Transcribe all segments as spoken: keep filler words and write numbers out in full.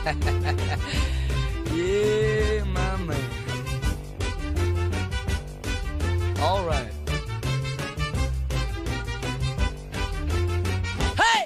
Yeah, my man. All right. Hey.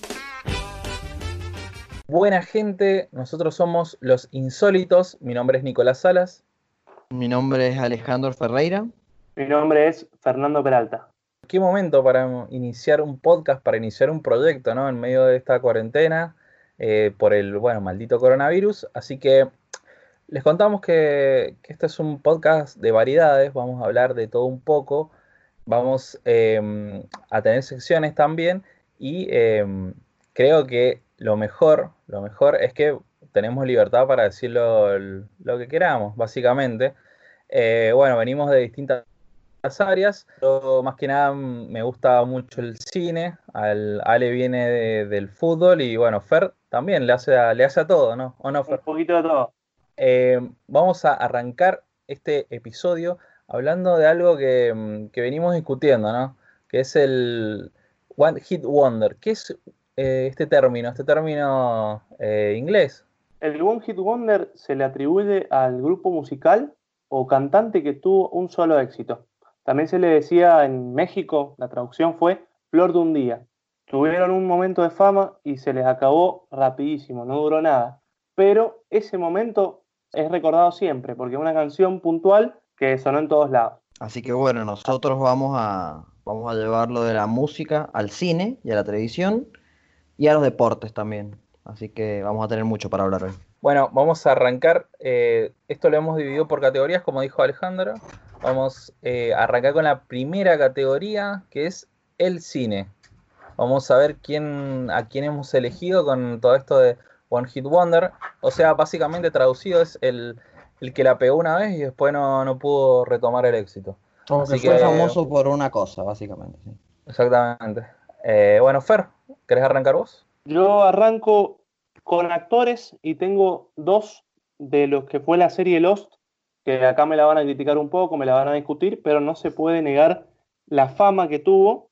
Buena gente, nosotros somos Los Insólitos. Mi nombre es Nicolás Salas. Mi nombre es Alejandro Ferreira. Mi nombre es Fernando Peralta. Qué momento para iniciar un podcast, para iniciar un proyecto, ¿no? En medio de esta cuarentena eh, por el, bueno, maldito coronavirus. Así que les contamos que, que este es un podcast de variedades. Vamos a hablar de todo un poco. Vamos eh, a tener secciones también. Y eh, creo que lo mejor, lo mejor es que tenemos libertad para decir lo, lo que queramos, básicamente. Eh, bueno, venimos de distintas áreas. Yo, más que nada, me gusta mucho el cine. Al, Ale viene de, del fútbol y bueno, Fer también le hace a, le hace a todo, ¿no? ¿O no, Fer? Un poquito de todo. Eh, vamos a arrancar este episodio hablando de algo que, que venimos discutiendo, ¿no? Que es el One Hit Wonder. ¿Qué es eh, este término? Este término eh, inglés. El One Hit Wonder se le atribuye al grupo musical o cantante que tuvo un solo éxito. También se le decía en México, la traducción fue Flor de un día. Tuvieron un momento de fama y se les acabó rapidísimo, no duró nada. Pero ese momento es recordado siempre, porque es una canción puntual que sonó en todos lados. Así que bueno, nosotros vamos a, vamos a llevarlo de la música al cine y a la televisión y a los deportes también. Así que vamos a tener mucho para hablar hoy. Bueno, vamos a arrancar. Eh, esto lo hemos dividido por categorías, como dijo Alejandro. Vamos eh, a arrancar con la primera categoría, que es el cine. Vamos a ver quién, a quién hemos elegido con todo esto de One Hit Wonder. O sea, básicamente traducido es el, el que la pegó una vez y después no, no pudo retomar el éxito. Como Así que fue que- famoso por una cosa, básicamente. Sí. Exactamente. Eh, bueno, Fer, ¿querés arrancar vos? Yo arranco con actores y tengo dos de los que fue la serie Lost, que acá me la van a criticar un poco, me la van a discutir, pero no se puede negar la fama que tuvo.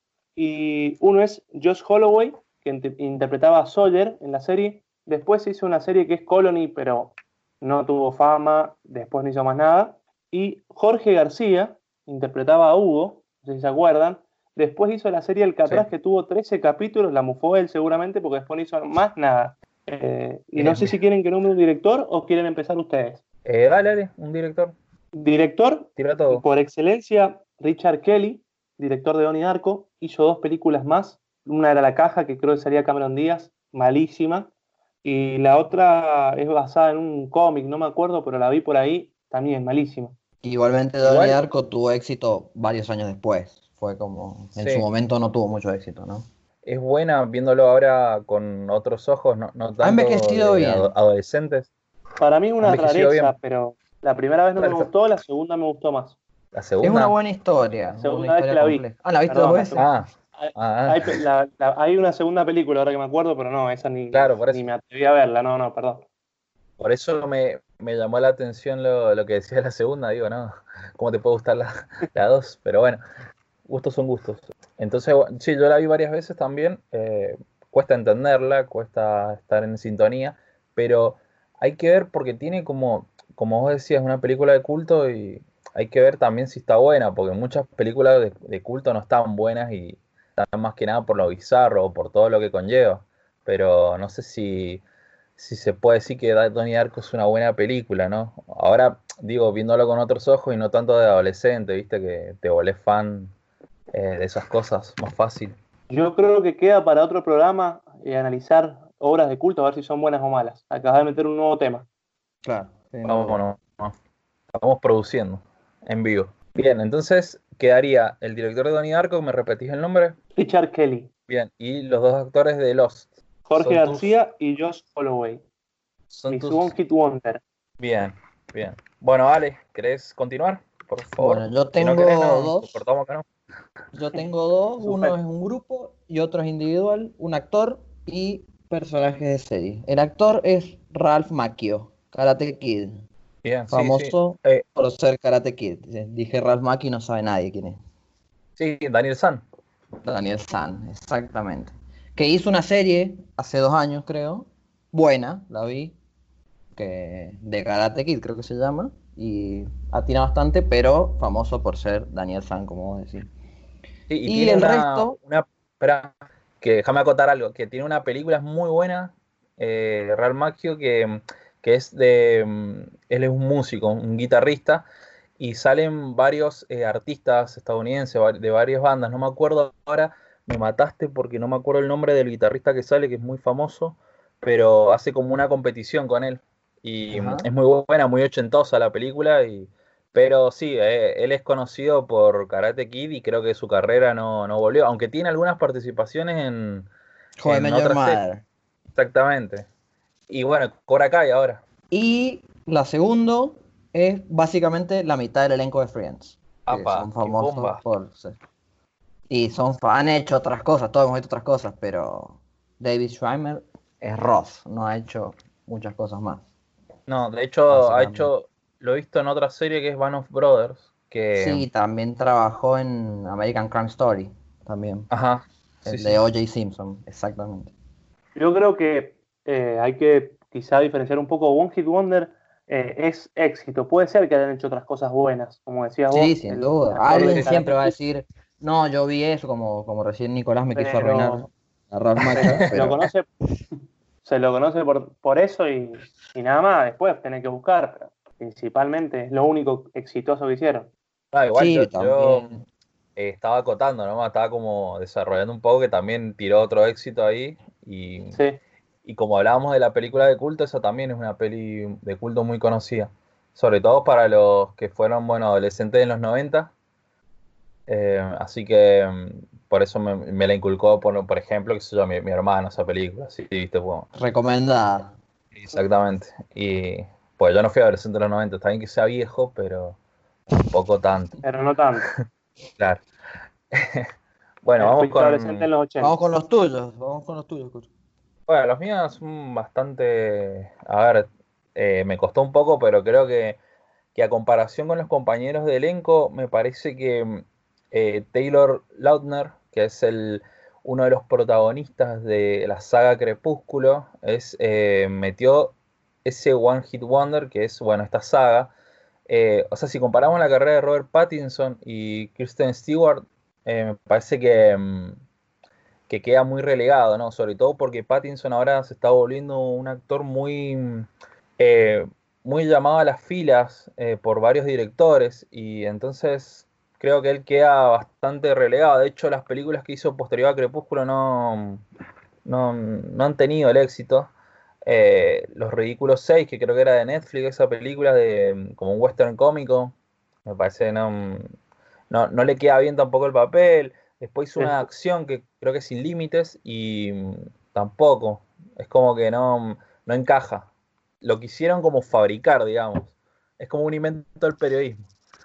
Y uno es Josh Holloway, que int- interpretaba a Sawyer en la serie. Después hizo una serie que es Colony, pero no tuvo fama, después no hizo más nada. Y Jorge García interpretaba a Hugo, no sé si se acuerdan. Después hizo la serie Alcatraz, Sí. que tuvo trece capítulos, la mufó él seguramente, porque después no hizo más nada. Eh, y Bien, no sé bien. si quieren que nombre un director o quieren empezar ustedes. Eh, dale, dale, un director. Director, Tira todo. por excelencia, Richard Kelly, director de Donnie Darko, hizo dos películas más. Una era La Caja, que creo que sería Cameron Díaz, malísima. Y la otra es basada en un cómic, no me acuerdo, pero la vi por ahí, también malísima. Igualmente Igual- Donnie Darko tuvo éxito varios años después. Fue como, en Sí. su momento no tuvo mucho éxito, ¿no? Es buena viéndolo ahora con otros ojos, no, no tanto envejecido de bien. ado- adolescentes. Para mí una Envejeció rareza, bien. pero la primera vez no me Claro. gustó, la segunda me gustó más. La Es segunda. una buena historia. Segunda una vez historia que la vi. compleja. Ah, ¿la viste Perdón, dos la veces? Ah, Hay, ah, hay pe- la- la- hay una segunda película ahora que me acuerdo, pero no, esa ni, Claro, por eso. ni me atreví a verla, no, no, perdón. por eso me, me llamó la atención lo, lo que decía la segunda. Digo, no, ¿cómo te puede gustar la, la dos? Pero bueno, gustos son gustos. Entonces, bueno, sí, yo la vi varias veces también. eh, cuesta entenderla, cuesta estar en sintonía, pero hay que ver porque tiene como, como vos decías, una película de culto y hay que ver también si está buena, porque muchas películas de, de culto no están buenas y están más que nada por lo bizarro o por todo lo que conlleva. Pero no sé si, si se puede decir que Donnie Darko es una buena película, ¿no? Ahora, digo, viéndolo con otros ojos y no tanto de adolescente, viste, que te volvés fan eh, de esas cosas más fácil. Yo creo que queda para otro programa eh, analizar obras de culto, a ver si son buenas o malas. Acabas de meter un nuevo tema. Claro. sí, no. Vámonos, no. Estamos produciendo en vivo. Bien, entonces quedaría el director de Donnie Darko, ¿me repetís el nombre? Richard Kelly, Bien, y los dos actores de Lost. Jorge Son tus- García y Josh Holloway. Son Mi tus... One Hit Wonder. Bien, bien. Bueno, Ale, ¿querés continuar? Por favor. Bueno, yo Si tengo no querés, no, dos. cortamos que no. Yo tengo dos, uno Super. es un grupo y otro es individual, un actor y personajes de serie. El actor es Ralph Macchio, Karate Kid, Bien, sí, famoso sí. Eh, por ser Karate Kid. Dije Ralph Macchio y no sabe nadie quién es. sí, Daniel San. Daniel San, exactamente. Que hizo una serie hace dos años, creo. Buena, la vi. que de Karate Kid, creo que se llama, y atina bastante, pero famoso por ser Daniel San, como vos decís. Sí, y, Y tiene el una, resto, una, espera, que déjame acotar algo, que tiene una película muy buena, eh, Real Macchio, que, que es de, mm, él es un músico, un guitarrista, y salen varios eh, artistas estadounidenses va- de varias bandas, no me acuerdo ahora, me mataste porque no me acuerdo el nombre del guitarrista que sale, que es muy famoso, pero hace como una competición con él, y mm, ajá, es muy buena, muy ochentosa la película, y pero sí, eh, él es conocido por Karate Kid y creo que su carrera no, no volvió, aunque tiene algunas participaciones en, How I en Met Your otras series, Mother. exactamente. Y bueno, Cobra Kai ahora. Y la segunda es básicamente la mitad del elenco de Friends, que Apa, son qué famosos bomba. por ser. Y son, fa- han hecho otras cosas, todos hemos hecho otras cosas, pero David Schwimmer es Ross, no ha hecho muchas cosas más, No, de hecho, ha básicamente. hecho, lo he visto en otra serie que es Band of Brothers, que, Sí, también trabajó en American Crime Story, también, ajá, sí, el de sí. O J Simpson, exactamente. Yo creo que eh, hay que quizá diferenciar un poco. One Hit Wonder eh, es éxito. Puede ser que hayan hecho otras cosas buenas, como decías Sí, vos, sin el duda. actor Sí, de Alguien sí, sí. siempre Karate va a Kid, decir, no, yo vi eso, como, como recién Nicolás me quiso arruinar pero, a Ralph pero Macha, se lo pero conoce, se lo conoce por, por eso y, y nada más. Después tenés que buscar, pero principalmente es lo único exitoso que hicieron. Ah, igual sí, yo, yo también. eh, estaba acotando, ¿no? Estaba como desarrollando un poco que también tiró otro éxito ahí. Y, Sí. y como hablábamos de la película de culto, esa también es una peli de culto muy conocida. Sobre todo para los que fueron, bueno, adolescentes en los noventa. Eh, así que mm, por eso me, me la inculcó, por, por ejemplo, qué sé yo, mi, mi hermano, esa película. Sí, viste, bueno, Recomendada. exactamente. Y pues yo no fui adolescente en los noventa, está bien que sea viejo, pero tampoco tanto. Pero no tanto. Claro. Bueno, Eh, vamos fuiste adolescente con. en los Vamos ochenta. con los tuyos, vamos con los tuyos, Curi. Bueno, los míos son bastante. A ver, eh, me costó un poco, pero creo que, que a comparación con los compañeros de elenco, me parece que eh, Taylor Lautner, que es el, uno de los protagonistas de la saga Crepúsculo, es, eh, metió ese One Hit Wonder, que es, bueno, esta saga. Eh, o sea, si comparamos la carrera de Robert Pattinson y Kristen Stewart, eh, me parece que. mm, que queda muy relegado, ¿no? Sobre todo porque Pattinson ahora se está volviendo un actor muy, eh, muy llamado a las filas eh, por varios directores y entonces creo que él queda bastante relegado. De hecho, las películas que hizo posterior a Crepúsculo no, no, no han tenido el éxito. Eh, Los Ridículos seis, que creo que era de Netflix, esa película de como un western cómico, me parece que no, no, no le queda bien tampoco el papel. Después hizo una Sí. acción que creo que es Sin Límites y mm, tampoco. Es como que no, no encaja. Lo quisieron como fabricar, digamos. Es como un invento del periodismo,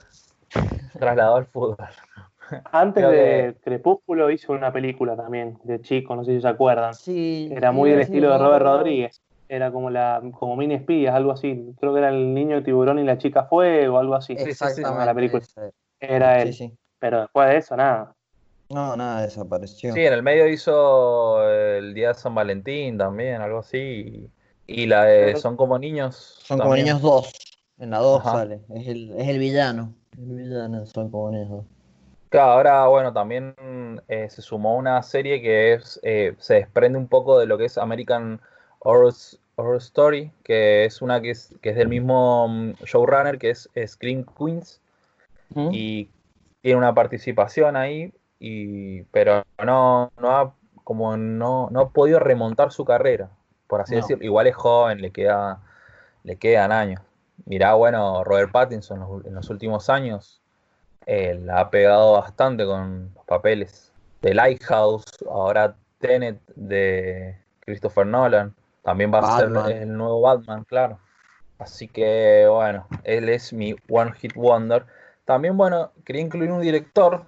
trasladado al fútbol. Antes Creo que, de Crepúsculo hizo una película también de chico, no sé si se acuerdan, que Sí, era muy iba a del decir, estilo no de me Robert acuerdo. Rodríguez. Era como la, como mini espías, algo así. Creo que era el niño tiburón y la chica fuego, algo así. sí, sí, Se sí. llamaba la Exactamente, película. ese. Era Sí, él. sí. Pero después de eso, nada. No, nada, Sí, desapareció. en el medio hizo el Día de San Valentín también, algo así. Y, y la de Pero Son como niños Son como también. niños dos. En la dos Ajá. sale. Es el, es el villano. El villano son como niños dos. Claro, ahora, bueno, también eh, se sumó una serie que es, eh, se desprende un poco de lo que es American Horror, Horror Story, que es una que es, que es del mismo mm, showrunner, que es Scream Queens, ¿Mm? y tiene una participación ahí, y, pero no, no ha, como no, no ha podido remontar su carrera, por así No. decirlo. Igual es joven, le queda, le quedan años. Mirá, bueno, Robert Pattinson en los, en los últimos años eh, la ha pegado bastante con los papeles de Lighthouse, ahora Tenet de Christopher Nolan, también va a ser Batman. el nuevo Batman, claro. Así que bueno, él es mi One Hit Wonder. También, bueno, quería incluir un director,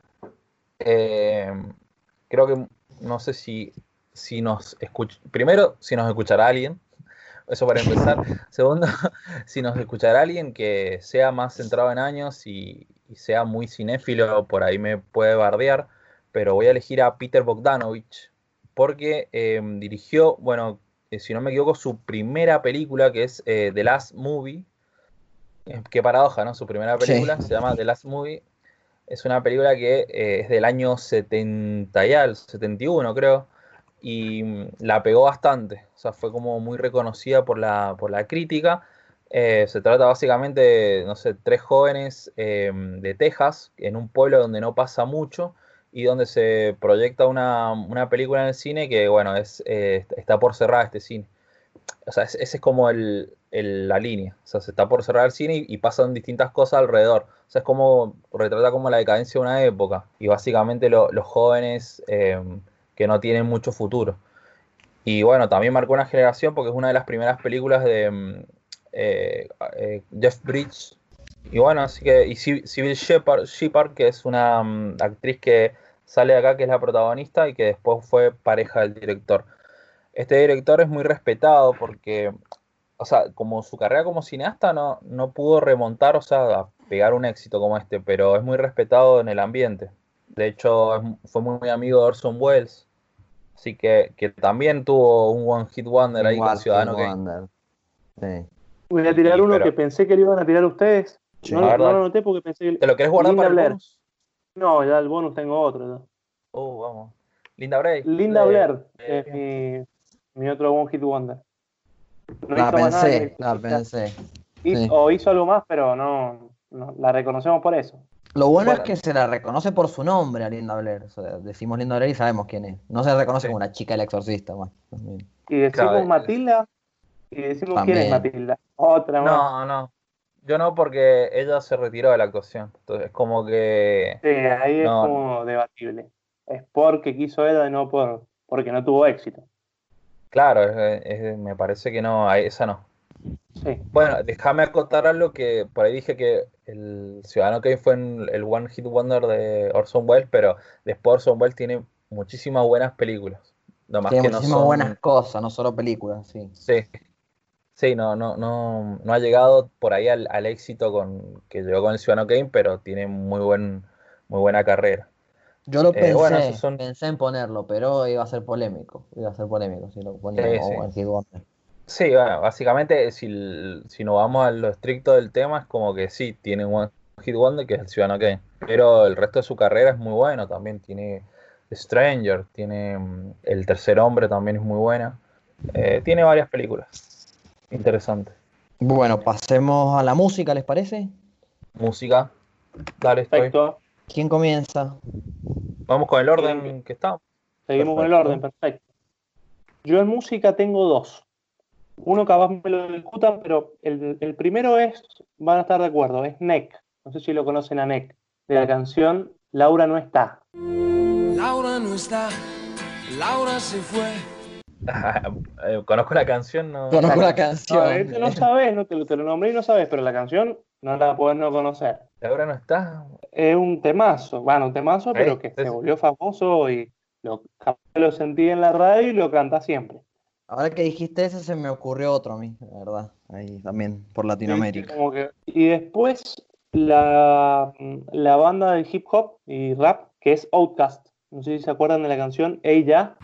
eh, creo que, no sé si, si nos escucha, primero, si nos escuchará alguien, eso para empezar. Segundo, si nos escuchará alguien que sea más centrado en años y, y sea muy cinéfilo, por ahí me puede bardear, pero voy a elegir a Peter Bogdanovich porque eh, dirigió, bueno, eh, si no me equivoco, su primera película, que es eh, The Last Movie. Eh, Qué paradoja, ¿no? Su primera película Sí. se llama The Last Movie. Es una película que eh, es del año setenta y al, setenta y uno creo, y mm, la pegó bastante. O sea, fue como muy reconocida por la, por la crítica. Eh, se trata básicamente de, no sé, tres jóvenes eh, de Texas, en un pueblo donde no pasa mucho y donde se proyecta una, una película en el cine que, bueno, es, eh, está por cerrar este cine. O sea, ese es como el, el- la línea. O sea, se está por cerrar el cine y, y pasan distintas cosas alrededor. O sea, es como, retrata como la decadencia de una época. Y básicamente lo- los jóvenes eh, que no tienen mucho futuro. Y bueno, también marcó una generación porque es una de las primeras películas de mm, eh, eh, Jeff Bridges. Y bueno, así que, y Sy- Sybil Shepherd, Shepherd, que es una mm, actriz que sale de acá, que es la protagonista y que después fue pareja del director. Este director es muy respetado porque, o sea, como su carrera como cineasta no, no pudo remontar, o sea, a pegar un éxito como este, pero es muy respetado en el ambiente. De hecho, es- fue muy amigo de Orson Welles, así que, que también tuvo un One Hit Wonder ahí con Igual, Hit Ciudadano Kane. Wonder. Sí. Voy a Y, tirar y- uno pero, que pensé que lo iban a tirar ustedes. Sí. a No, ver, no lo dale. anoté porque pensé que... ¿Te lo querés guardar Linda para el Blair. bonus? No, ya el bonus tengo otro. ya. Oh, vamos. Linda Bray. Linda Le- Blair le- es mi, mi otro One Hit Wonder. No La hizo más nada ni pensé, la exitosa. pensé. Hizo- Sí. O hizo algo más, pero no, no la reconocemos por eso. Lo bueno, Bueno, es que se la reconoce por su nombre a Linda Blair. O sea, decimos Linda Blair y sabemos quién es. No se la reconoce sí, como una chica del exorcista. Bueno, también. Y decimos claro. eh, Matilda y decimos quién es También. Matilda. Otra más. No, no. Yo no, porque ella se retiró de la actuación. Entonces, es como que. Sí, ahí es No, como debatible. Es porque quiso ella y no por, porque no tuvo éxito. claro, es- es- me parece que no, a esa no. Sí. Bueno, déjame acotar algo que por ahí dije que el Ciudadano Kane fue en el One Hit Wonder de Orson Welles, pero después Orson Welles tiene muchísimas buenas películas. Lo más Tiene que no muchísimas buenas son. cosas, no solo películas, sí. Sí, sí, no, no, no, no ha llegado por ahí al, al éxito con, que llegó con el Ciudadano Kane, pero tiene muy buen, muy buena carrera. Yo lo Eh, bueno, esos pensé, son. pensé en ponerlo, pero iba a ser polémico. Iba a ser polémico si lo ponía Sí, como sí. One Hit Wonder. Sí, bueno, básicamente si, l- si nos vamos a lo estricto del tema, es como que sí, tiene un One Hit Wonder que es el Ciudadano Kane, pero el resto de su carrera es muy bueno también, tiene Stranger, tiene mm, El Tercer Hombre también es muy buena. Eh, tiene varias películas interesantes. Bueno, pasemos a la música, ¿les parece? Música, dale, estoy. Perfecto. ¿Quién comienza? Vamos con el orden que está. Seguimos con el Perfecto. orden, perfecto. Yo en música tengo dos. Uno capaz me lo discutan, pero el, el primero es, van a estar de acuerdo, es Neck. No sé si lo conocen a Neck, de la canción Laura no está. Laura no está, Laura se fue. Eh, Conozco la canción, no. Conozco la No, canción. este no sabes, no te, lo- te lo nombré y no sabes, pero la canción no la puedes no conocer. Ahora no está. Es un temazo, bueno, un temazo, pero Sí, que sí, se sí. volvió famoso y lo, capaz lo sentí en la radio y lo canta siempre. Ahora que dijiste ese, se me ocurrió otro a mí, la verdad. Ahí también, por Latinoamérica. Como que- y después la, la banda de hip hop y rap, que es Outkast. No sé si se acuerdan de la canción Ella,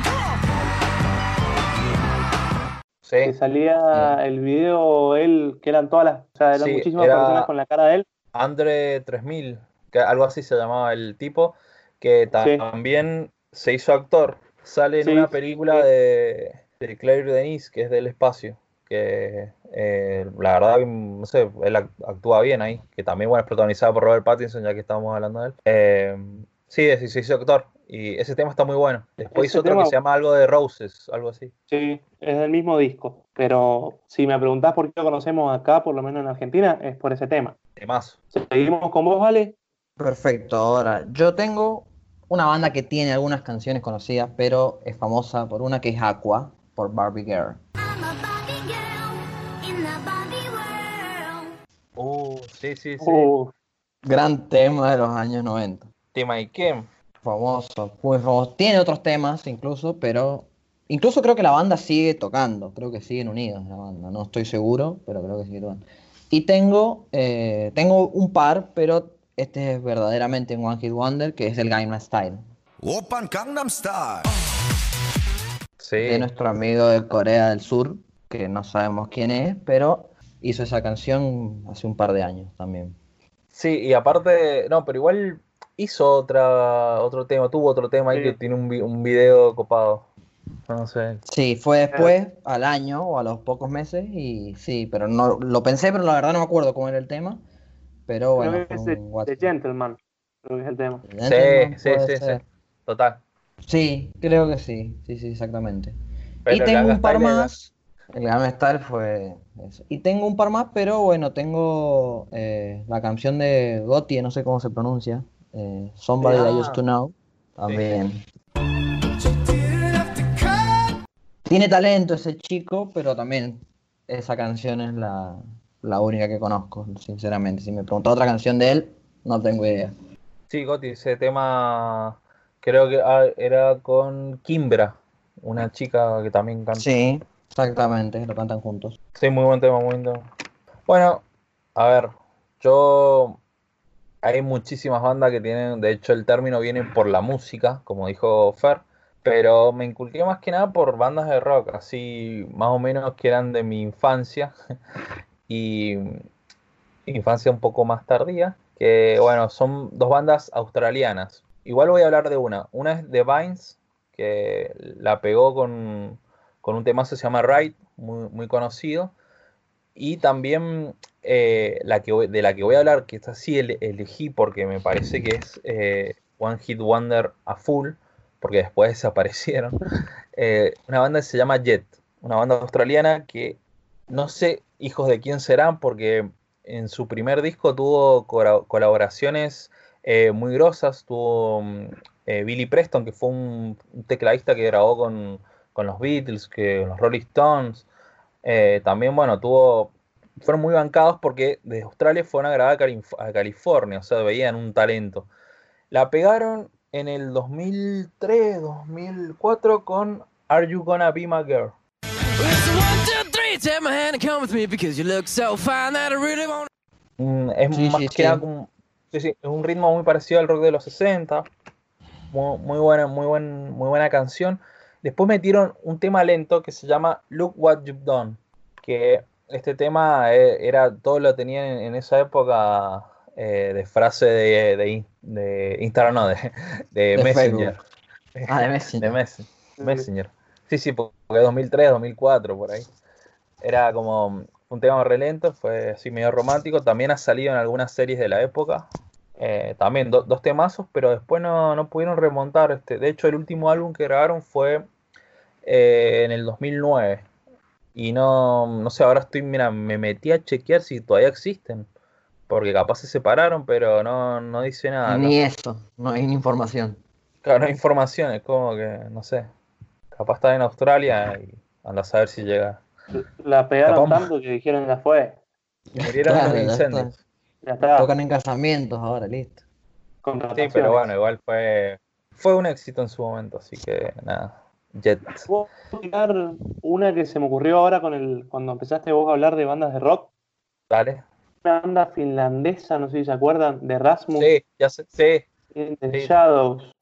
que Sí, salía el video, él, que eran todas las, o sea, eran Sí, muchísimas era- personas con la cara de él. Andre tres mil, que algo así se llamaba el tipo, que Sí. también se hizo actor. Sale en Sí, una sí, película sí. de, de Claire Denis, que es del espacio, que eh, la verdad, no sé, él ac- actúa bien ahí, que también bueno, es protagonizada por Robert Pattinson, ya que estábamos hablando de él. Eh, sí, sí, se hizo actor, y ese tema está muy bueno. Después Ese hizo otro tema- que se llama algo de Roses, algo así. Sí, es del mismo disco. Pero si me preguntás por qué lo conocemos acá, por lo menos en Argentina, es por ese tema. Temazo. Seguimos con vos, ¿vale? Perfecto, ahora yo tengo una banda que tiene algunas canciones conocidas, pero es famosa por una que es Aqua, por Barbie Girl. I'm a Barbie girl in the Barbie world. Uh, sí, sí, sí. Uh, Gran tema de los años noventa. Tema Ikem. Famoso, muy famoso. Tiene otros temas incluso, pero incluso creo que la banda sigue tocando. Creo que siguen unidos la banda. No estoy seguro, pero creo que sigue tocando. Y tengo, eh, tengo un par, pero este es verdaderamente un One Hit Wonder, que es el Gangnam Style. Open Gangnam Style. Sí, Sí. de nuestro amigo de Corea del Sur, que no sabemos quién es, pero hizo esa canción hace un par de años también. Sí, y aparte, no, pero igual hizo otra, otro tema, tuvo otro tema ahí que Sí. tiene un, vi- un video copado. No sé. Sí, fue después, al año o a los pocos meses, y sí, pero no lo pensé, pero la verdad no me acuerdo cómo era el tema. Pero Creo bueno, que fue es de, un de WhatsApp. Gentleman. Creo que es el tema. Sí, Gentleman sí, puede sí, sí. ser. Total. Sí, creo que sí, sí, sí, exactamente. Y Pero el tengo Gangnam un par Style es- más. El Gangnam Style fue eso. Y tengo un par más, pero bueno, tengo eh, la canción de Gotti, no sé cómo se pronuncia. eh, Somebody Sí. I Used to Know. También. Tiene talento ese chico, pero también esa canción es la, la única que conozco, sinceramente. Si me preguntas otra canción de él, no tengo idea. Sí, Gotti, ese tema creo que ah, era con Kimbra, una chica que también canta. Sí, exactamente, lo cantan juntos. Sí, muy buen tema, muy buen tema. Bueno, a ver, yo hay muchísimas bandas que tienen, de hecho el término viene por la música, como dijo Fer, pero me inculqué más que nada por bandas de rock, así más o menos que eran de mi infancia y infancia un poco más tardía, que bueno, son dos bandas australianas. Igual voy a hablar de una. Una es The Vines, que la pegó con, con un temazo que se llama Ride, muy, muy conocido. Y también eh, la que voy- de la que voy a hablar, que esta sí ele- elegí porque me parece que es eh, One Hit Wonder a full, porque después desaparecieron. Eh, una banda que se llama Jet, una banda australiana que no sé hijos de quién serán, porque en su primer disco tuvo cora- colaboraciones eh, muy grosas. Tuvo mm, eh, Billy Preston, que fue un, un tecladista que grabó con, con los Beatles, que los Rolling Stones. Eh, también, bueno, tuvo, fueron muy bancados porque desde Australia fueron a grabar a, Calif- a California, o sea, veían un talento. La pegaron en el dos mil tres, dos mil cuatro con Are You Gonna Be My Girl. It's a one, two, three, take my hand and come with me because you look so fine that I really want. Mm, es Sí, más sí, que nada sí. como, sí, sí, es un ritmo muy parecido al rock de los sesenta. Muy, muy buena, muy buen, muy buena canción. Después metieron un tema lento que se llama Look What You've Done, que este tema eh, era, todo lo tenían en, en esa época eh, de frase de, de, in- de Instagram, no, de, de De Messenger. Facebook. Ah, de De Messenger. Mes- Messenger. Sí, sí, porque dos mil tres, dos mil cuatro, por ahí. Era como un tema re lento, fue así medio romántico. También ha salido en algunas series de la época. Eh, también do- dos temazos, pero después no, no pudieron remontar. Este. De hecho, el último álbum que grabaron fue eh, en el dos mil nueve. Y no, no sé, ahora estoy, mira, me metí a chequear si todavía existen. Porque capaz se separaron, pero no, no dice nada acá. Ni eso, no hay ni información. Claro, no hay información, es como que, no sé. Capaz está en Australia y anda a saber si llega. La pegaron Capaz tanto que dijeron ya fue. murieron en los Claro, ya está. incendios. Ya está. Tocan en casamientos ahora, listo. Sí, pero Contrataciones. bueno, igual fue, fue un éxito en su momento, así que nada. Jet. ¿Puedo tirar una que se me ocurrió ahora con el, cuando empezaste vos a hablar de bandas de rock? Dale. Una banda finlandesa, no sé si se acuerdan, de Rasmus Sí, ya sé, sí, in the sí. Shadows.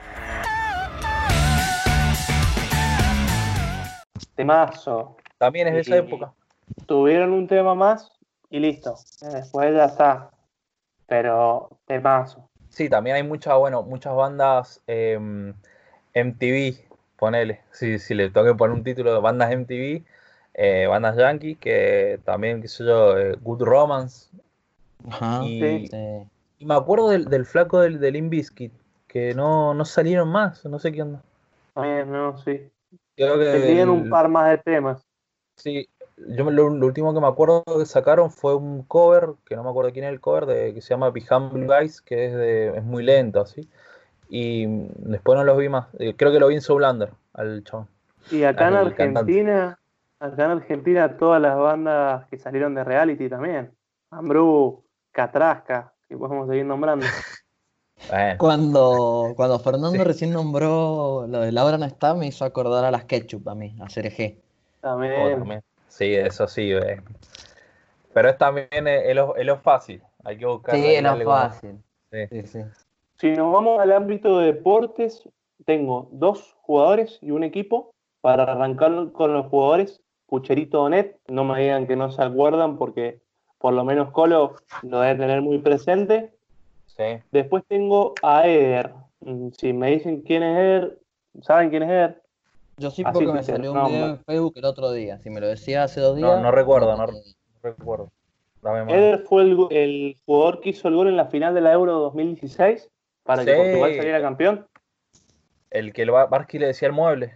Temazo. También es de esa Y época. tuvieron un tema más y listo. Después ya está. Pero temazo. Sí, también hay muchas, bueno, muchas bandas eh, M T V, ponele. Si, si le tengo que poner un título de bandas M T V, eh, bandas yankee, que también, qué sé yo, eh, Good Romance. Ajá. Y, Sí. Sí. y me acuerdo del, del flaco del, del Limp Bizkit, que no, no salieron más, no sé qué onda. También, no, sí. Creo que Tenían un el, par más de temas. sí, yo me- lo, lo último que me acuerdo que sacaron fue un cover, que no me acuerdo quién es el cover, de, que se llama Be Humble Guys, que es, de, es muy lento, así. Y después no los vi más. Eh, Creo que lo vi en Soulander, al chabón, Y acá en al cantante. Argentina, acá en Argentina todas las bandas que salieron de reality también. Ambrú, Catrasca, que podemos seguir nombrando. Bueno, Cuando, cuando Fernando sí, recién nombró lo de Laura no está, me hizo acordar a las Ketchup a mí, a C R G. oh, También. también. Sí, eso sí. eh. Pero es también eh, es lo, es lo fácil. Hay que buscarle Sí, ahí no algo más. fácil. Sí. Sí, sí. Si nos vamos al ámbito de deportes, tengo dos jugadores y un equipo. para arrancar con los jugadores, Pucherito Donet, no me digan que no se acuerdan porque por lo menos Colo lo debe tener muy presente. Sí. Después tengo a Eder. Mm, Si me dicen quién es Eder, ¿saben quién es Eder? Yo sí Así porque me te salió un nombro. video en Facebook el otro día. Si me lo decía hace dos No, días. no recuerdo, no, tenía idea. no recuerdo. Dame más. Eder fue el, el jugador que hizo el gol en la final de la Euro dos mil dieciséis para que Sí. Portugal saliera campeón. El que el Bar- Barsky le decía el mueble.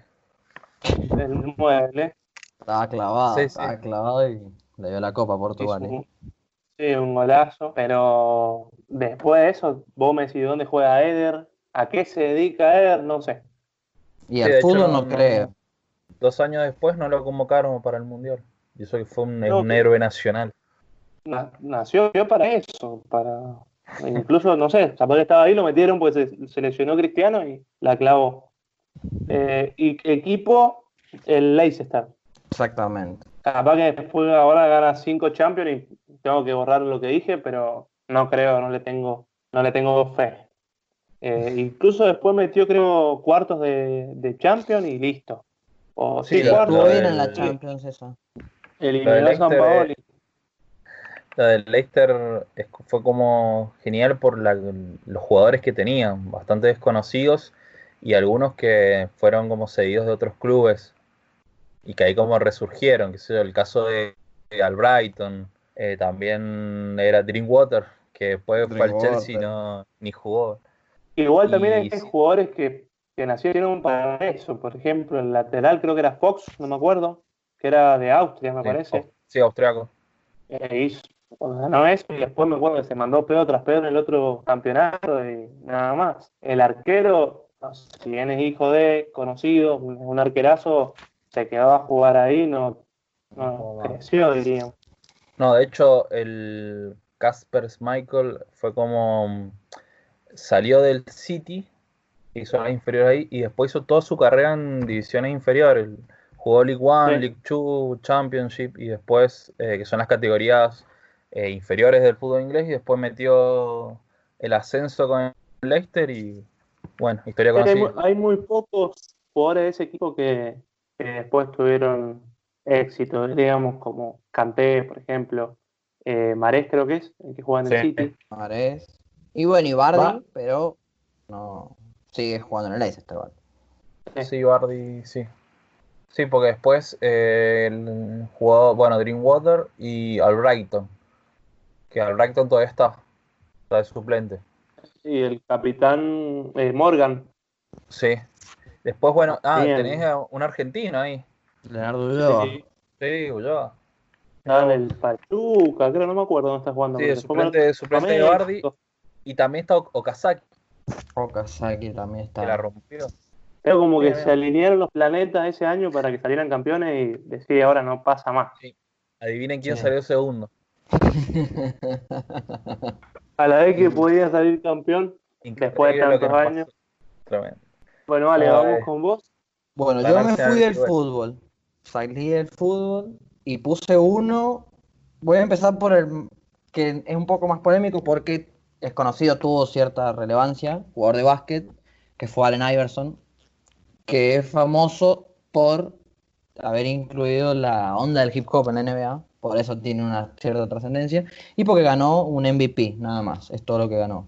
El mueble. Estaba clavado, Sí, sí. estaba clavado y le dio la copa a Portugal. Hizo ¿eh? un, sí, un golazo. Pero después de eso, vos me decís dónde juega Eder, a qué se dedica Eder, no sé. Y Sí, al de hecho, fútbol no- no, creo. Dos años después no lo convocaron para el Mundial. Y eso que fue un, No, un que- héroe nacional. Na- nació para eso, para incluso, no sé, Zapata estaba ahí, lo metieron pues se, se lesionó Cristiano y la clavó. Eh, y equipo, el Leicester. Exactamente. Capaz que después ahora gana cinco Champions y tengo que borrar lo que dije, pero no creo, no le tengo, no le tengo fe. Eh, incluso después metió, creo, cuartos de, de Champions y listo. O sí, Sí, lo- cuartos. Estuvo lo bien en la del- Champions esa. Eliminó lo a del San Leicester, Paoli. La del Leicester es- fue como genial por la- los jugadores que tenían, bastante desconocidos y algunos que fueron como cedidos de otros clubes y que ahí como resurgieron, que sé yo, el caso de, de Albrighton, eh, también era Drinkwater, que después fue al Drinkwater. Chelsea y no, ni jugó. Igual también hay Y sí. jugadores que, que nacieron para eso. Por ejemplo, el lateral creo que era Fox, no me acuerdo, que era de Austria, me Sí, parece. au- sí, austriaco. Eh, hizo, ganó eso y después me acuerdo que se mandó pedo tras pedo en el otro campeonato y nada más. El arquero, no sé, si bien es hijo de conocido, un, un arquerazo, se quedó a jugar ahí, no, no creció, diríamos. No, de hecho, el Kasper Schmeichel fue como salió del City, hizo la inferior ahí y después hizo toda su carrera en divisiones inferiores. Jugó League One, Sí. League Two, Championship y después, eh, que son las categorías eh, inferiores del fútbol inglés, y después metió el ascenso con el Leicester y bueno, historia Hay, conocida. mu- hay muy pocos jugadores de ese equipo que, que después tuvieron éxito, digamos, como Kanté, por ejemplo, eh, Marés creo que es, el que juega en el Sí. City. Mahrez. Y bueno, Ibardi, Va. pero no sigue jugando en el Leicester igual. Sí, Bardi, sí. Sí, porque después eh, el jugó, bueno, Drinkwater y Albrighton, que Albrighton todavía está, está de suplente. Y el capitán eh, Morgan. Sí. Después, bueno, ah, Bien. tenés a un argentino ahí. Leonardo Ulloa. Sí, Sí, Ulloa. está en el Pachuca, creo, no me acuerdo dónde está jugando. Sí, pero de después me- suplente, de suplente de México. Bardi. Y también está Ok- Okazaki, Okazaki también que la está. rompió. Creo como que Bien, se bien. alinearon los planetas ese año para que salieran campeones y decide ahora no pasa más. Adivinen quién Sí. salió segundo. A la vez que podía salir campeón, después de Increíble lo que tantos nos años. pasó. Tremendo. Bueno, vale, Ay. vamos con vos. Bueno, yo Ganar me Arsenal fui del igual. fútbol. Salí del fútbol y puse uno. Voy a empezar por el que es un poco más polémico porque es conocido, tuvo cierta relevancia, jugador de básquet, que fue Allen Iverson, que es famoso por haber incluido la onda del hip hop en la N B A, por eso tiene una cierta trascendencia, y porque ganó un M V P, nada más, es todo lo que ganó.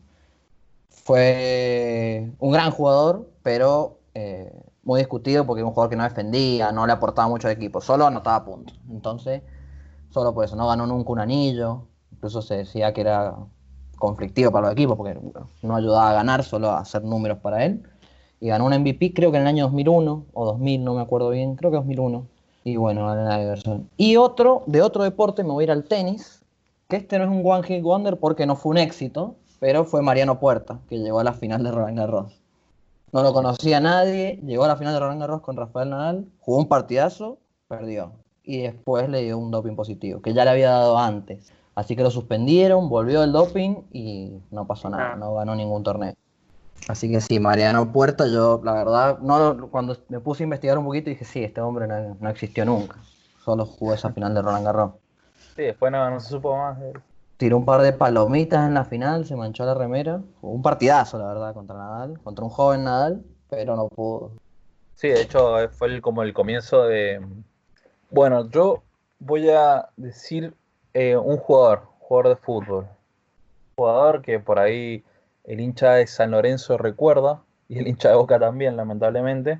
Fue un gran jugador, pero eh, muy discutido porque es un jugador que no defendía, no le aportaba mucho al equipo, solo anotaba puntos. Entonces, solo por eso, no ganó nunca un anillo, incluso se decía que era conflictivo para los equipos porque bueno, no ayudaba a ganar, solo a hacer números para él. Y ganó un M V P creo que en el año dos mil uno o dos mil, no me acuerdo bien, creo que dos mil uno. Y bueno, Allen Iverson. Y otro, de otro deporte, me voy a ir al tenis, que este no es un One Hit Wonder porque no fue un éxito, pero fue Mariano Puerta, que llegó a la final de Roland Garros. No lo conocía nadie, llegó a la final de Roland Garros con Rafael Nadal, jugó un partidazo, perdió. Y después le dio un doping positivo, que ya le había dado antes. Así que lo suspendieron, volvió el doping y no pasó nada, Ah. no ganó ningún torneo. Así que sí, Mariano Puerta, yo la verdad, no cuando me puse a investigar un poquito dije, sí, este hombre no, no existió nunca. Solo jugó esa final de Roland Garros. Sí, después no, no se supo más de él. Tiró un par de palomitas en la final, se manchó la remera. Jugó un partidazo, la verdad, contra Nadal, contra un joven Nadal, pero no pudo. Sí, de hecho eh, fue el- como el comienzo de... Bueno, yo voy a decir eh, un jugador, jugador de fútbol. Jugador que por ahí el hincha de San Lorenzo recuerda, y el hincha de Boca también, lamentablemente.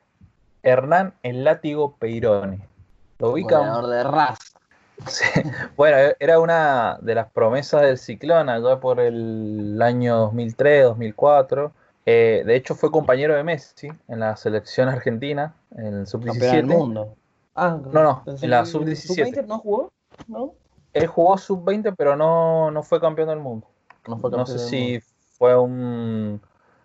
Hernán El Látigo Peironi. ¿Lo ubican? Goleador de raza. Sí. Bueno, e- era una de las promesas del Ciclón allá por el año dos mil tres, dos mil cuatro. Eh, de hecho, fue compañero de Messi en la selección argentina, en el sub Campeón del diecisiete. mundo. Ah, No, no, en pensé la que sub sub diecisiete. veinte no jugó, ¿no? Él jugó sub veinte, pero no, no fue campeón del mundo. No fue No sé campeón del mundo. si fue un,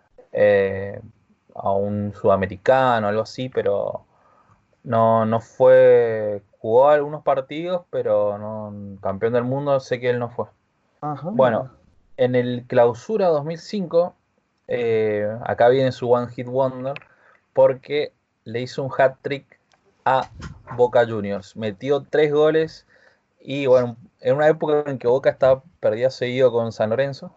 eh, a un sudamericano o algo así, pero no, no fue. Jugó algunos partidos, pero no, campeón del mundo sé que él no fue. Ajá, Bueno, mira. en el Clausura dos mil cinco, eh, acá viene su One Hit Wonder, porque le hizo un hat-trick a Boca Juniors. Metió tres goles y bueno, en una época en que Boca estaba perdida seguido con San Lorenzo.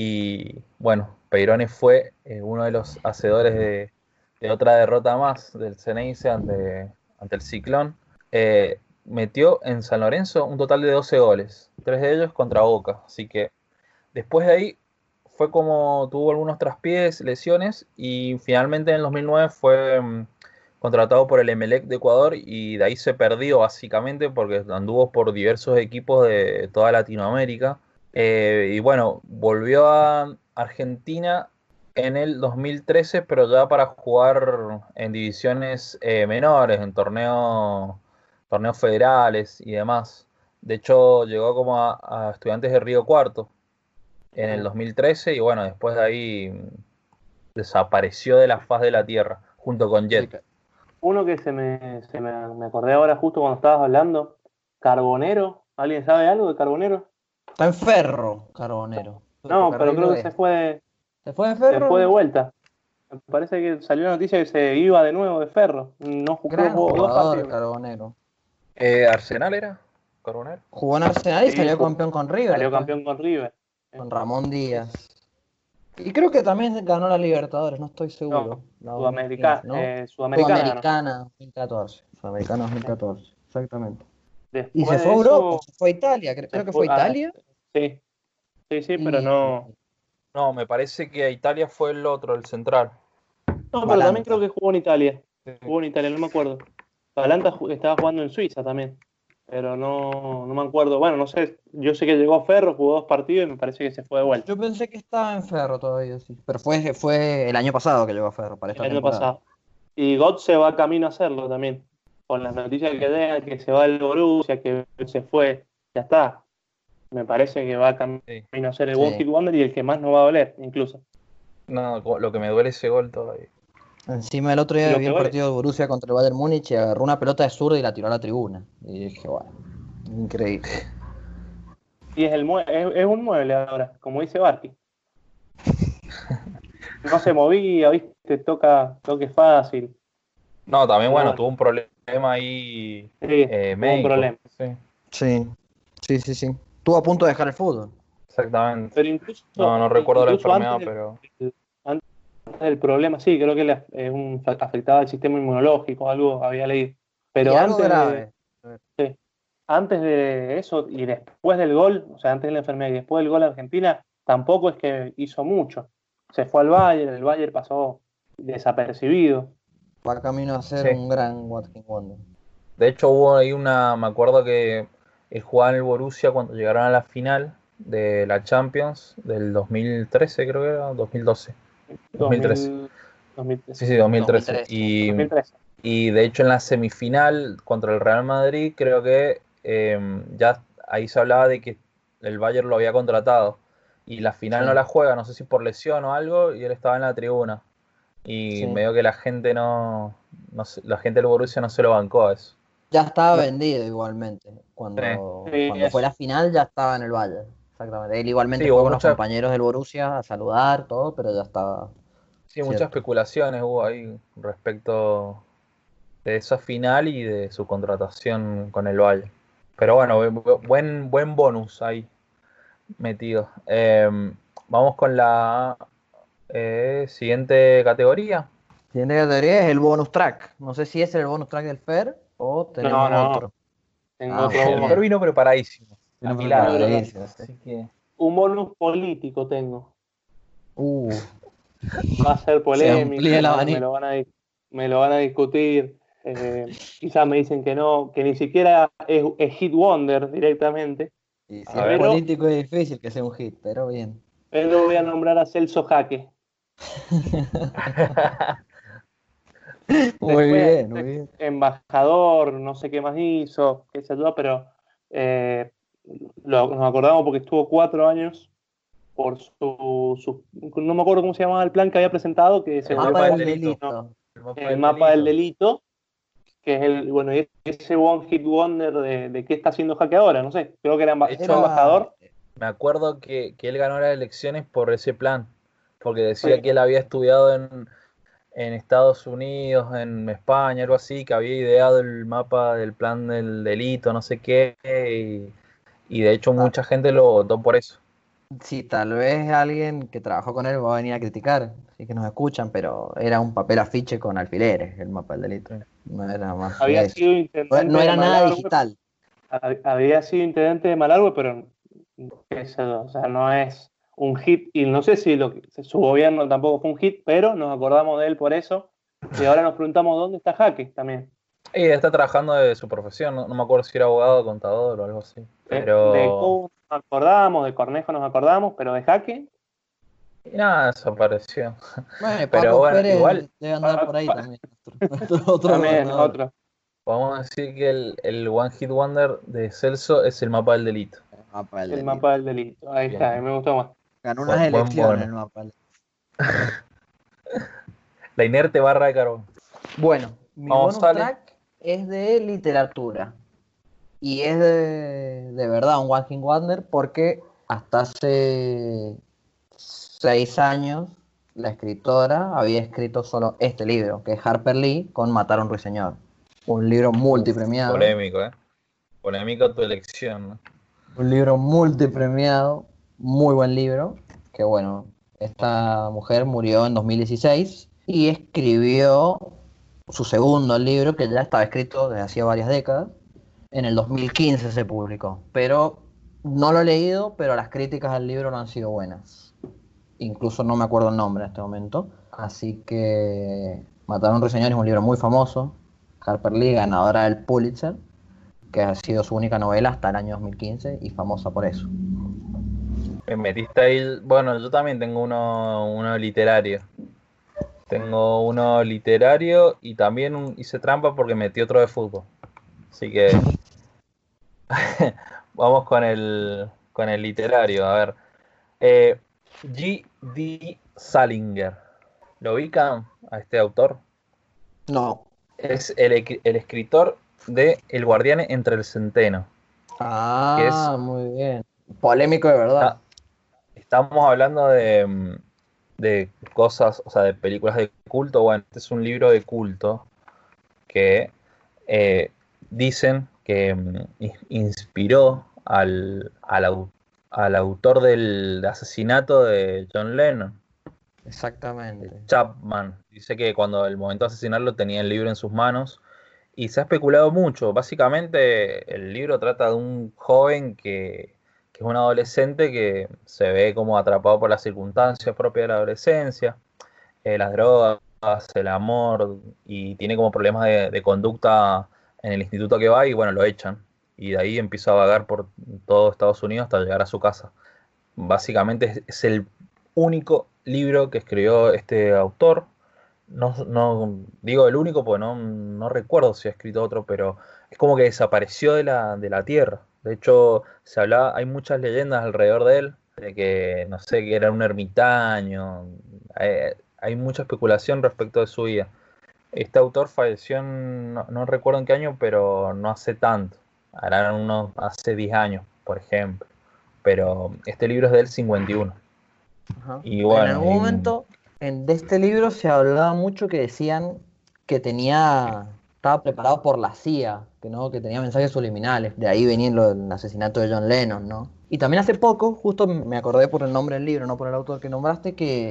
Y bueno, Peirone fue eh, uno de los hacedores de, de otra derrota más del Ceneice ante, ante el Ciclón. Eh, Metió en San Lorenzo un total de doce goles, tres de ellos contra Boca. Así que después de ahí fue como tuvo algunos traspiés, lesiones y finalmente en el dos mil nueve fue mm, contratado por el Emelec de Ecuador y de ahí se perdió básicamente porque anduvo por diversos equipos de toda Latinoamérica. Eh, y bueno, volvió a Argentina en el dos mil trece, pero ya para jugar en divisiones eh, menores, en torneos, torneos federales y demás. De hecho, llegó como a, a Estudiantes de Río Cuarto en el dos mil trece y bueno, después de ahí mm, desapareció de la faz de la Tierra junto con Sí, Jet. que- Uno que se me, se me, me acordé ahora justo cuando estabas hablando, Carbonero. ¿Alguien sabe algo de Carbonero? Está en Ferro, Carbonero. No, pero Ferrocarril creo que se Oeste. fue, ¿Se fue de se fue de Ferro? vuelta. Me parece que salió la noticia que se iba de nuevo de Ferro. No jugó, Gran jugó dos jugador, partidos. Carbonero. Eh, ¿Arsenal era? ¿Coronel? Jugó en Arsenal y Sí, salió jugó- campeón con River salió después, campeón con River. con Ramón Díaz. Y creo que también ganó la Libertadores, no estoy seguro. No, La dos mil Sudamericana, quince, ¿no? eh, Sudamericana ganó. Sudamericana dos mil catorce. Sudamericana dos mil catorce, exactamente. Y se Después fue a de Europa, eso, se fue a Italia, cre- se creo que fue fue a a- Italia. sí, sí, sí, pero Y no. No, me parece que a Italia fue el otro, el central. No, pero también creo Balanta. que jugó en Italia. Sí. Jugó en Italia, no me acuerdo. Atalanta ju- estaba jugando en Suiza también. Pero no, no me acuerdo. Bueno, no sé. Yo sé que llegó a Ferro, jugó dos partidos y me parece que se fue de vuelta. Yo pensé que estaba en Ferro todavía, sí. Pero fue, fue el año pasado que llegó a Ferro, para El esta año temporada. pasado. Y God se va camino a hacerlo también. Con las noticias que llegan, que se va al Borussia, que se fue. Ya está. Me parece que va camino Sí. a ser el Sí. One Hit Wonder y el que más nos va a doler, incluso. No, co- lo que me duele ese gol todavía. Encima el otro día Lo vi que el vale- partido de Borussia contra el Bayern Múnich y agarró una pelota de zurda y la tiró a la tribuna. Y dije, bueno, increíble. Y es, el mue- es, es un mueble ahora, como dice Barty. No se movía, viste, toca, toque fácil. No, también Pero bueno, bueno. tuvo un problema ahí Sí, eh, tuvo un médico. problema. Sí, Sí, sí, sí, sí. Estuvo a punto de dejar el fútbol. exactamente. Pero incluso, No, no recuerdo la incluso enfermedad, antes, pero del, antes del problema, sí, creo que le, es un, afectaba al sistema inmunológico, algo había leído. Pero Y algo antes de, grave. antes de eso y después del gol, o sea, antes de la enfermedad y después del gol a Argentina, tampoco es que hizo mucho. Se fue al Bayern, el Bayern pasó desapercibido. Va camino a ser Sí. un gran Watkin Wonder. de hecho hubo ahí una, me acuerdo que él jugaba en el Borussia cuando llegaron a la final de la Champions del dos mil trece, creo que era, dos mil doce. dos mil trece. dos mil trece. Sí, sí, dos mil trece. dos mil trece. Y, dos mil trece. y de hecho en la semifinal contra el Real Madrid creo que eh, ya ahí se hablaba de que el Bayern lo había contratado y la final Sí. no la juega, no sé si por lesión o algo, y él estaba en la tribuna. Y Sí. medio que la gente no, no se- la gente del Borussia no se lo bancó a eso. Ya estaba No. vendido igualmente. Cuando, Sí, cuando eso. fue la final ya estaba en el Bayern. Exactamente. Él igualmente Sí, fue hubo con los mucha- compañeros del Borussia a saludar, todo, pero ya estaba. Sí, muchas Cierto. especulaciones hubo ahí respecto de esa final y de su contratación con el Bayern. Pero bueno, bu- buen, buen bonus ahí metido. Eh, vamos con la eh, siguiente categoría. Siguiente categoría es el bonus track. No sé si ese es el bonus track del Fer o tenemos no. otro. Tengo Ah, otro bueno. El bonus. Fer vino preparadísimo. Vino afilado. preparadísimo, sí. Así que Un bonus político tengo. Uh, Va a ser Se amplía el polémico, me abanico. lo van a, di- me lo van a discutir. Eh, quizás me dicen que no, que ni siquiera es, es Hit Wonder directamente, y si A es ver. político es difícil que sea un hit, pero bien. pero voy a nombrar a Celso Jaque. Muy Después, bien, muy bien. embajador, no sé qué más hizo, qué sé yo, pero eh, lo- nos acordamos porque estuvo cuatro años por su, su- no me acuerdo cómo se llamaba el plan que había presentado, que se El volvió Mapa mapa del del delito. delito. El mapa el del mapa del delito. delito, que es el, bueno, y ese One Hit Wonder de, de qué está haciendo Jaque ahora, no sé, creo que era amba- De hecho, fue embajador. Me acuerdo que, que él ganó las elecciones por ese plan, porque decía Sí. que él había estudiado en, en Estados Unidos, en España, algo así, que había ideado el mapa del plan del delito, no sé qué, y, y de hecho mucha gente lo votó por eso. Sí, tal vez alguien que trabajó con él va a venir a criticar, así que nos escuchan, pero era un papel afiche con alfileres el mapa del delito. Sí. No era más Había que eso. sido No, intendente no era de nada Malargüe, digital. hab- había sido intendente de Malargüe, pero qué sé yo, o sea, no es un hit, y no sé si lo que- su gobierno tampoco fue un hit, pero nos acordamos de él por eso, y ahora nos preguntamos dónde está Jaque también. Y está trabajando de su profesión, no, no me acuerdo si era abogado, contador o algo así. De- Pero De Cobo nos acordamos, de Cornejo nos acordamos, pero de Jaque, y nada, desapareció. Bueno, y Pero Paco bueno, Pérez igual- debe andar por ahí Pa- también. Nuestro, nuestro otro también gobernador. otro. Podemos decir que el, el One Hit Wonder de Celso es el mapa del delito. El mapa del El delito. mapa del delito, ahí Bien. está, me gustó más. Ganó Buen- unas buen elecciones bono. el mapa del La inerte barra de carbón. Bueno, mi Vamos, bonus sale. track es de literatura. Y es de, de verdad un One Hit Wonder porque hasta hace seis años la escritora había escrito solo este libro, que es Harper Lee con Matar a un ruiseñor. Un libro multipremiado. Polémico, ¿eh? Polémico tu elección, ¿no? Un libro multipremiado, muy buen libro, que bueno, esta mujer murió en dos mil dieciséis y escribió su segundo libro, que ya estaba escrito desde hacía varias décadas. En el dos mil quince se publicó, pero no lo he leído, pero las críticas al libro no han sido buenas. Incluso no me acuerdo el nombre en este momento. Así que Matar a un ruiseñor es un libro muy famoso. Harper Lee, ganadora del Pulitzer, que ha sido su única novela hasta el año dos mil quince y famosa por eso. Me metiste ahí. Bueno, yo también tengo uno, uno literario. Tengo uno literario y también un- hice trampa porque metí otro de fútbol. Así que vamos con el, con el literario. A ver. Eh, G D Salinger. ¿Lo ubican a este autor? No. Es el, equi- el escritor de El Guardián entre el Centeno. Ah, muy bien. Polémico de verdad. Ah, Estamos hablando de, mm, de cosas, o sea, de películas de culto. Bueno, este es un libro de culto que eh, dicen que mm, ins- inspiró al, al, au- al autor del asesinato de John Lennon, Exactamente. Chapman. Dice que cuando el momento de asesinarlo tenía el libro en sus manos y se ha especulado mucho. Básicamente el libro trata de un joven que, que es un adolescente que se ve como atrapado por las circunstancias propias de la adolescencia, eh, las drogas, el amor, y tiene como problemas de, de conducta en el instituto que va y bueno, lo echan. Y de ahí empieza a vagar por todo Estados Unidos hasta llegar a su casa. Básicamente es, es el único libro que escribió este autor. No, no digo el único porque no, no recuerdo si ha escrito otro, pero es como que desapareció de la, de la tierra. De hecho, se hablaba, hay muchas leyendas alrededor de él, de que, no sé, que era un ermitaño. Hay, hay mucha especulación respecto de su vida. Este autor falleció, en, no, no recuerdo en qué año, pero no hace tanto. Harán unos, hace diez años, por ejemplo. Pero este libro es del cincuenta y uno. Ajá. Y bueno, en algún y- momento en, de este libro se hablaba mucho que decían que tenía, estaba preparado por la C I A, que no, que tenía mensajes subliminales. De ahí venía lo del asesinato de John Lennon, ¿no? Y también hace poco, justo me acordé por el nombre del libro, no por el autor que nombraste, que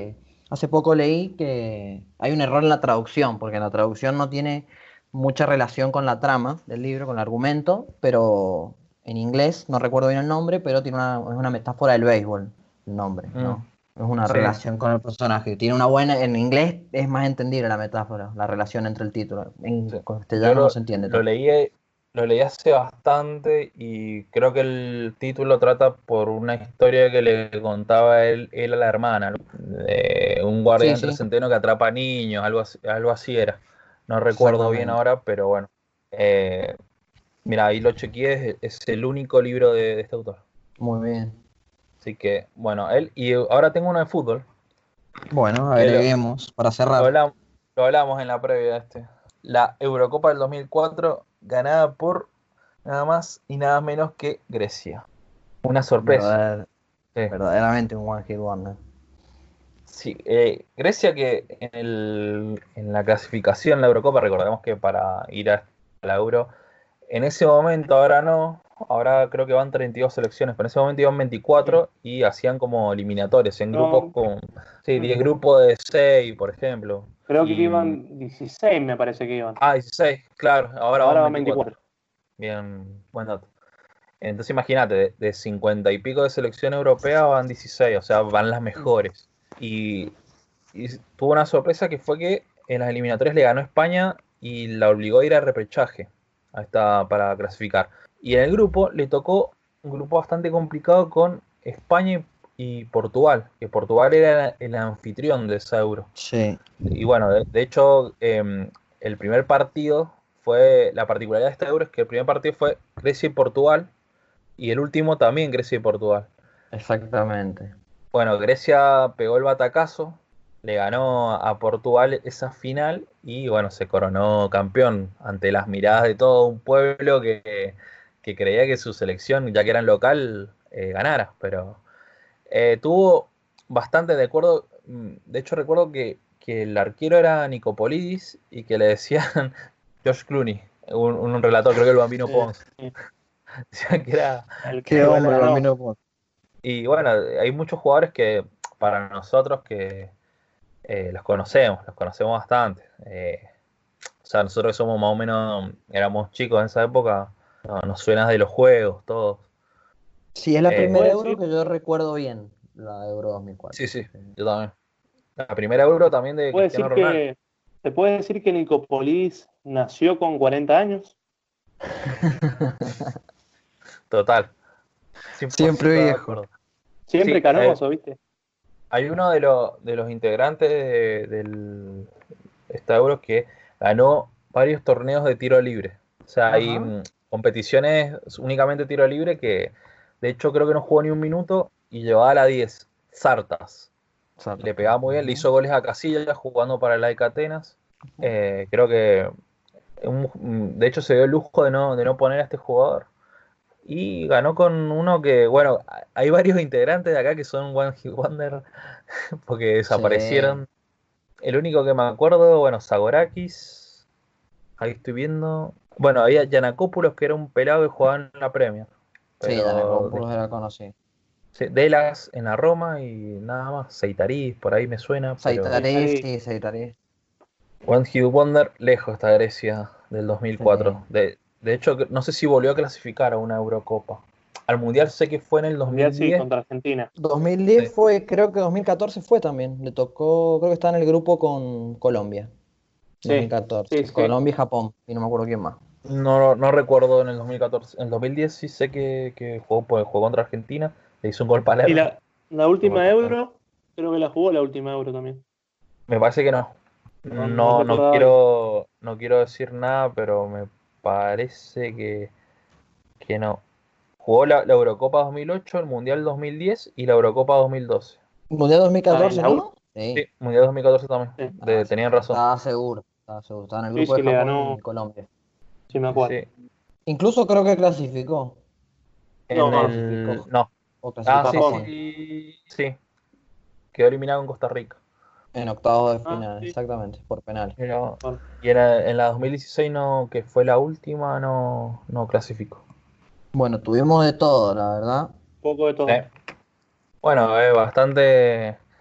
Hace poco leí que hay un error en la traducción, porque la traducción no tiene mucha relación con la trama del libro, con el argumento, pero en inglés, no recuerdo bien el nombre, pero tiene una, es una metáfora del béisbol, el nombre, ¿no? Mm, Es una sí, relación con el personaje. Tiene una buena, en inglés es más entendible la metáfora, la relación entre el título. En sí. Yo castellano no lo, se entiende lo tanto. leí, lo leí hace bastante y creo que el título trata por una historia que le contaba él, él a la hermana, ¿no? De un guardián Sí, entre sí, centeno que atrapa niños, algo así, algo así era. No recuerdo bien exactamente. ahora, pero bueno. Eh, Mira, ahí lo chequeé, es, es el único libro de, de este autor. Muy bien. Así que, bueno, él. Y ahora tengo uno de fútbol, Bueno, que lo, agreguemos para lo cerrar. hablam- lo hablamos en la previa este. La Eurocopa del dos mil cuatro, ganada por nada más y nada menos que Grecia. Una sorpresa. Verdader- Sí, verdaderamente un One Hit Wonder. sí, eh, Grecia que en, el, en la clasificación, la Eurocopa, recordemos que para ir a la Euro, en ese momento, ahora no, ahora creo que van treinta y dos selecciones, pero en ese momento iban Sí. veinticuatro y hacían como eliminatorios en grupos No, con, sí, mm, diez grupos de seis, por ejemplo. creo que Y, iban dieciséis, me parece que iban. ah, dieciséis, claro, ahora van Ahora van veinticuatro. veinticuatro. Bien, buen dato. Entonces imagínate, de, de cincuenta y pico de selección europea van dieciséis, o sea, van las Mm. mejores. Y, y tuvo una sorpresa que fue que en las eliminatorias le ganó España y la obligó a ir a repechaje a esta, para clasificar. Y en el grupo le tocó un grupo bastante complicado con España y, y Portugal, que Portugal era el anfitrión de esa Euro. Sí, Y bueno, de, de hecho, eh, el primer partido fue, la particularidad de esta Euro es que el primer partido fue Grecia y Portugal y el último también Grecia y Portugal. exactamente. Bueno, Grecia pegó el batacazo, le ganó a Portugal esa final y bueno, se coronó campeón ante las miradas de todo un pueblo que, que creía que su selección, ya que eran local, eh, ganara. Pero eh, tuvo bastante de acuerdo. mm, De hecho, recuerdo que, que el arquero era Nicopolidis y que le decían George Clooney, un, un relator, creo que el Bambino Eh, Pons. Decían que era, el que Qué era que igual hombre, a él. ganó. Bambino Pons. Y bueno, hay muchos jugadores que para nosotros que eh, los conocemos, los conocemos bastante. Eh, o sea, nosotros que somos más o menos, éramos chicos en esa época, no, nos suena de los juegos, todos. Sí, es la ¿Se Eh, primera puede Euro decir, que yo recuerdo bien, la Euro dos mil cuatro. sí, sí, Sí. yo también. La primera Euro también de puede Cristiano decir Ronaldo. que, se puede decir que Nicopolis nació con cuarenta años? Total, Siempre cien por ciento de viejo. acuerdo. Siempre Sí, hay, canoso, ¿viste? hay uno de, los de los integrantes de, del esta Euro que ganó varios torneos de tiro libre. O sea, hay Ajá. mm, competiciones únicamente tiro libre que de hecho creo que no jugó ni un minuto y llevaba a la diez. Sartas. Exacto. Le pegaba muy bien, le Ujú. hizo goles a Casillas jugando para el A E K Atenas. Eh, creo que un- de hecho se dio el lujo de no, de no poner a este jugador. Y ganó con uno que, bueno, hay varios integrantes de acá que son One Hit Wonder porque Sí. desaparecieron. El único que me acuerdo, bueno, Zagorakis, ahí estoy viendo. Bueno, había Yanakopoulos que era un pelado que jugaba en la Premier. Sí, Pero de- Giannakopulos era conocido. sí, Delas en la Roma y nada más. Seitariz, por ahí me suena, pero Seitaré, Ahí, sí, Seitaré. One Hit Wonder, lejos está Grecia del dos mil Sí. cuatro. De, de hecho, no sé si volvió a clasificar a una Eurocopa. Al Mundial sé que fue en el Mundial sí, dos mil diez. contra Argentina. dos mil diez Sí. fue, creo que dos mil catorce fue también. Le tocó, creo que está en el grupo con Colombia. Sí, dos mil catorce. sí, sí. Colombia y Japón. Y no me acuerdo quién más. No, no recuerdo en el dos mil catorce. En el dos mil diez sí sé que, que jugó, pues, jugó contra Argentina. Le hizo un gol Y Palermo. la, la última Euro, creo que la jugó la última Euro también. Me parece que no. No, no No, no recordaba bien. quiero, no quiero decir nada, pero me parece que, que no. Jugó la, la Eurocopa dos mil ocho, el Mundial dos mil diez y la Eurocopa dos mil doce. Mundial dos mil Ah, en catorce, la ¿no? última. Sí. Sí, Mundial dos mil catorce también. Sí, De- Ah, sí. tenían razón. Estaba seguro. Estaba seguro. Estaba en el sí, grupo de sí, le Japón ganó, y Colombia. sí me acuerdo. Sí. Incluso creo que clasificó. En No, clasificó. el. No. O Ah, clasificó sí, Japón. Japón. sí. Sí. Quedó eliminado en Costa Rica. En octavos de Ah, final, sí, exactamente, por penal. Pero- bueno. y en, la- en la dos mil dieciséis, no, que fue la última, no, no clasificó. Bueno, tuvimos de todo, la verdad. Un poco de todo. Sí. Bueno, es bastante,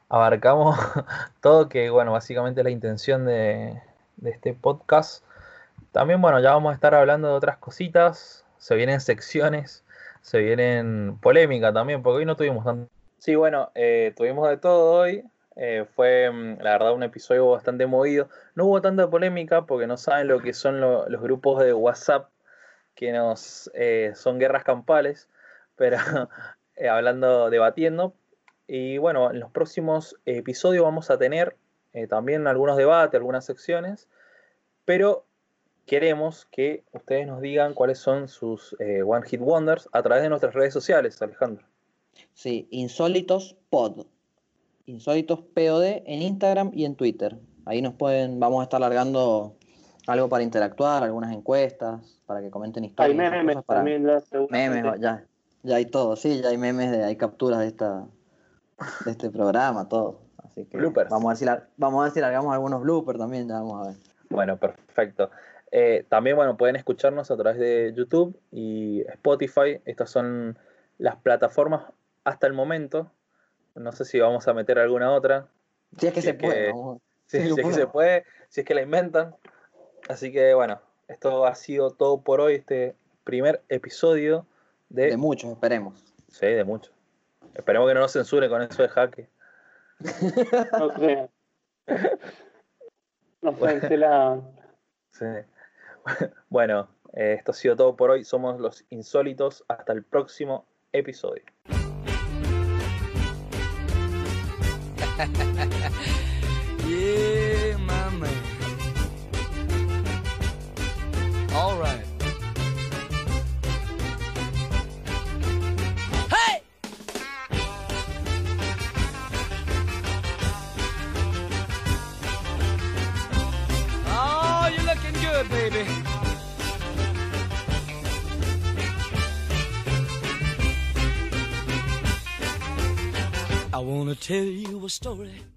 abarcamos todo, que bueno, básicamente es la intención de, de este podcast. También, bueno, ya vamos a estar hablando de otras cositas, se vienen secciones, se vienen polémica también, porque hoy no tuvimos tanto. Sí, bueno, eh, tuvimos de todo hoy. Eh, fue, mm, la verdad, un episodio bastante movido. No hubo tanta polémica porque no saben lo que son lo- los grupos de WhatsApp, que nos eh, son guerras campales, pero eh, hablando, debatiendo. Y bueno, en los próximos episodios vamos a tener eh, también algunos debates, algunas secciones, pero queremos que ustedes nos digan cuáles son sus eh, One Hit Wonders a través de nuestras redes sociales, Alejandro. Sí, Insólitos Pod. Insólitos P O D en Instagram y en Twitter. Ahí nos pueden, vamos a estar largando algo para interactuar, algunas encuestas, para que comenten Hay historias, esas memes cosas para también, ya, seguramente. memes, ya, ya hay todo, sí, ya hay memes, de, hay capturas de esta, de este programa, todo. Así que Bloopers. vamos a ver si la- vamos a ver si largamos algunos bloopers también, ya vamos a ver. Bueno, perfecto. Eh, también, bueno, pueden escucharnos a través de YouTube y Spotify. Estas son las plataformas hasta el momento. No sé si vamos a meter alguna otra. Si es que Si se es puede, que- vamos. Si, Sí, si lo es que puedo. se puede, si es que la inventan. Así que, bueno, esto ha sido todo por hoy, este primer episodio de... De muchos, esperemos. Sí, de mucho. Esperemos que no nos censuren con eso de jaque. No creo. No sé, la... Sí. Bueno, eh, esto ha sido todo por hoy. Somos los Insólitos. Hasta el próximo episodio. Yeah, my man. All right. Hey! Oh, you're looking good, baby. I wanna tell you a story